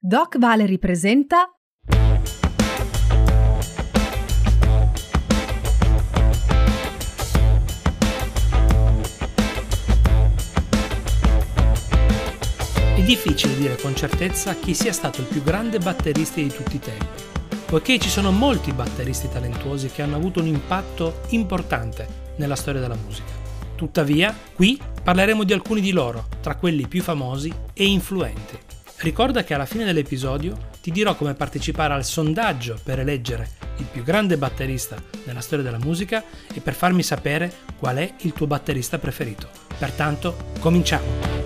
Doc Valery presenta È difficile dire con certezza chi sia stato il più grande batterista di tutti i tempi, poiché ci sono molti batteristi talentuosi che hanno avuto un impatto importante nella storia della musica. Tuttavia, qui parleremo di alcuni di loro, tra quelli più famosi e influenti. Ricorda che alla fine dell'episodio ti dirò come partecipare al sondaggio per eleggere il più grande batterista nella storia della musica e per farmi sapere qual è il tuo batterista preferito. Pertanto, cominciamo!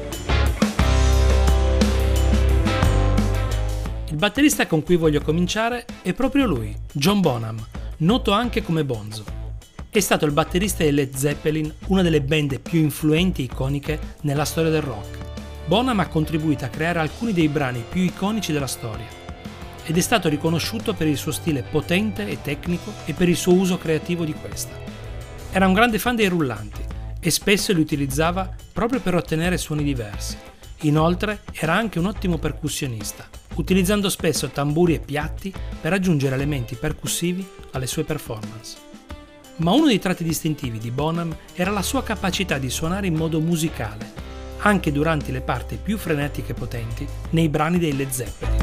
Il batterista con cui voglio cominciare è proprio lui, John Bonham, noto anche come Bonzo. È stato il batterista di Led Zeppelin, una delle band più influenti e iconiche nella storia del rock. Bonham ha contribuito a creare alcuni dei brani più iconici della storia ed è stato riconosciuto per il suo stile potente e tecnico e per il suo uso creativo di questa. Era un grande fan dei rullanti e spesso li utilizzava proprio per ottenere suoni diversi. Inoltre era anche un ottimo percussionista, utilizzando spesso tamburi e piatti per aggiungere elementi percussivi alle sue performance. Ma uno dei tratti distintivi di Bonham era la sua capacità di suonare in modo musicale, anche durante le parti più frenetiche e potenti nei brani dei Led Zeppelin.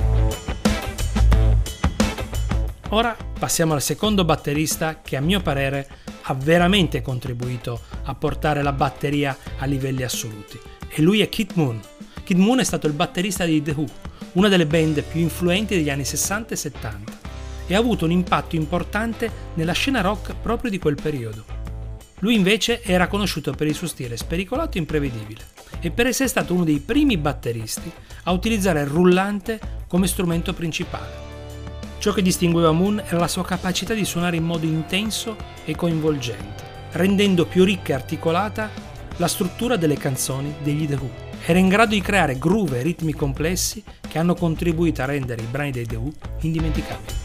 Ora passiamo al secondo batterista che a mio parere ha veramente contribuito a portare la batteria a livelli assoluti, e lui è Keith Moon. Keith Moon è stato il batterista di The Who, una delle band più influenti degli anni 60 e 70, e ha avuto un impatto importante nella scena rock proprio di quel periodo. Lui invece era conosciuto per il suo stile spericolato e imprevedibile e per essere stato uno dei primi batteristi a utilizzare il rullante come strumento principale. Ciò che distingueva Moon era la sua capacità di suonare in modo intenso e coinvolgente, rendendo più ricca e articolata la struttura delle canzoni degli The Who. Era in grado di creare groove e ritmi complessi che hanno contribuito a rendere i brani dei The Who indimenticabili.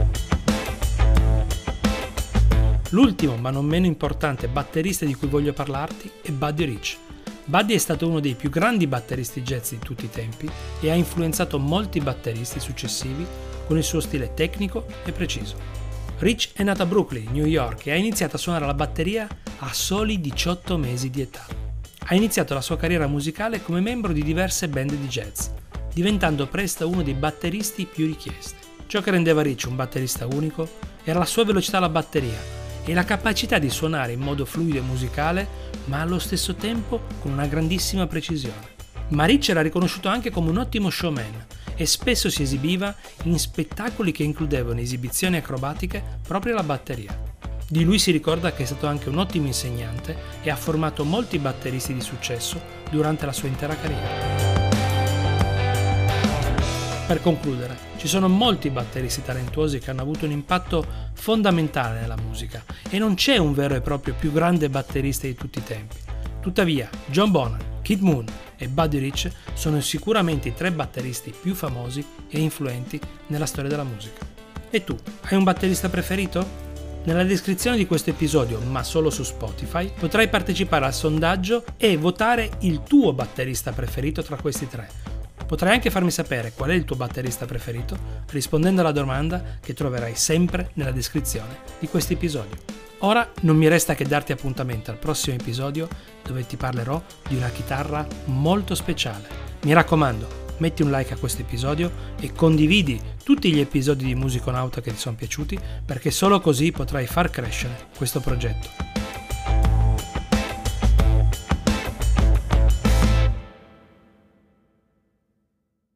L'ultimo, ma non meno importante batterista di cui voglio parlarti è Buddy Rich. Buddy è stato uno dei più grandi batteristi jazz di tutti i tempi e ha influenzato molti batteristi successivi con il suo stile tecnico e preciso. Rich è nato a Brooklyn, New York, e ha iniziato a suonare la batteria a soli 18 mesi di età. Ha iniziato la sua carriera musicale come membro di diverse band di jazz, diventando presto uno dei batteristi più richiesti. Ciò che rendeva Rich un batterista unico era la sua velocità alla batteria e la capacità di suonare in modo fluido e musicale, ma allo stesso tempo con una grandissima precisione. Ma Rich era riconosciuto anche come un ottimo showman e spesso si esibiva in spettacoli che includevano esibizioni acrobatiche proprio alla batteria. Di lui si ricorda che è stato anche un ottimo insegnante e ha formato molti batteristi di successo durante la sua intera carriera. Per concludere, ci sono molti batteristi talentuosi che hanno avuto un impatto fondamentale nella musica e non c'è un vero e proprio più grande batterista di tutti i tempi. Tuttavia, John Bonham, Keith Moon e Buddy Rich sono sicuramente i tre batteristi più famosi e influenti nella storia della musica. E tu, hai un batterista preferito? Nella descrizione di questo episodio, ma solo su Spotify, potrai partecipare al sondaggio e votare il tuo batterista preferito tra questi tre. Potrai anche farmi sapere qual è il tuo batterista preferito rispondendo alla domanda che troverai sempre nella descrizione di questo episodio. Ora non mi resta che darti appuntamento al prossimo episodio dove ti parlerò di una chitarra molto speciale. Mi raccomando, metti un like a questo episodio e condividi tutti gli episodi di Musiconauta che ti sono piaciuti, perché solo così potrai far crescere questo progetto.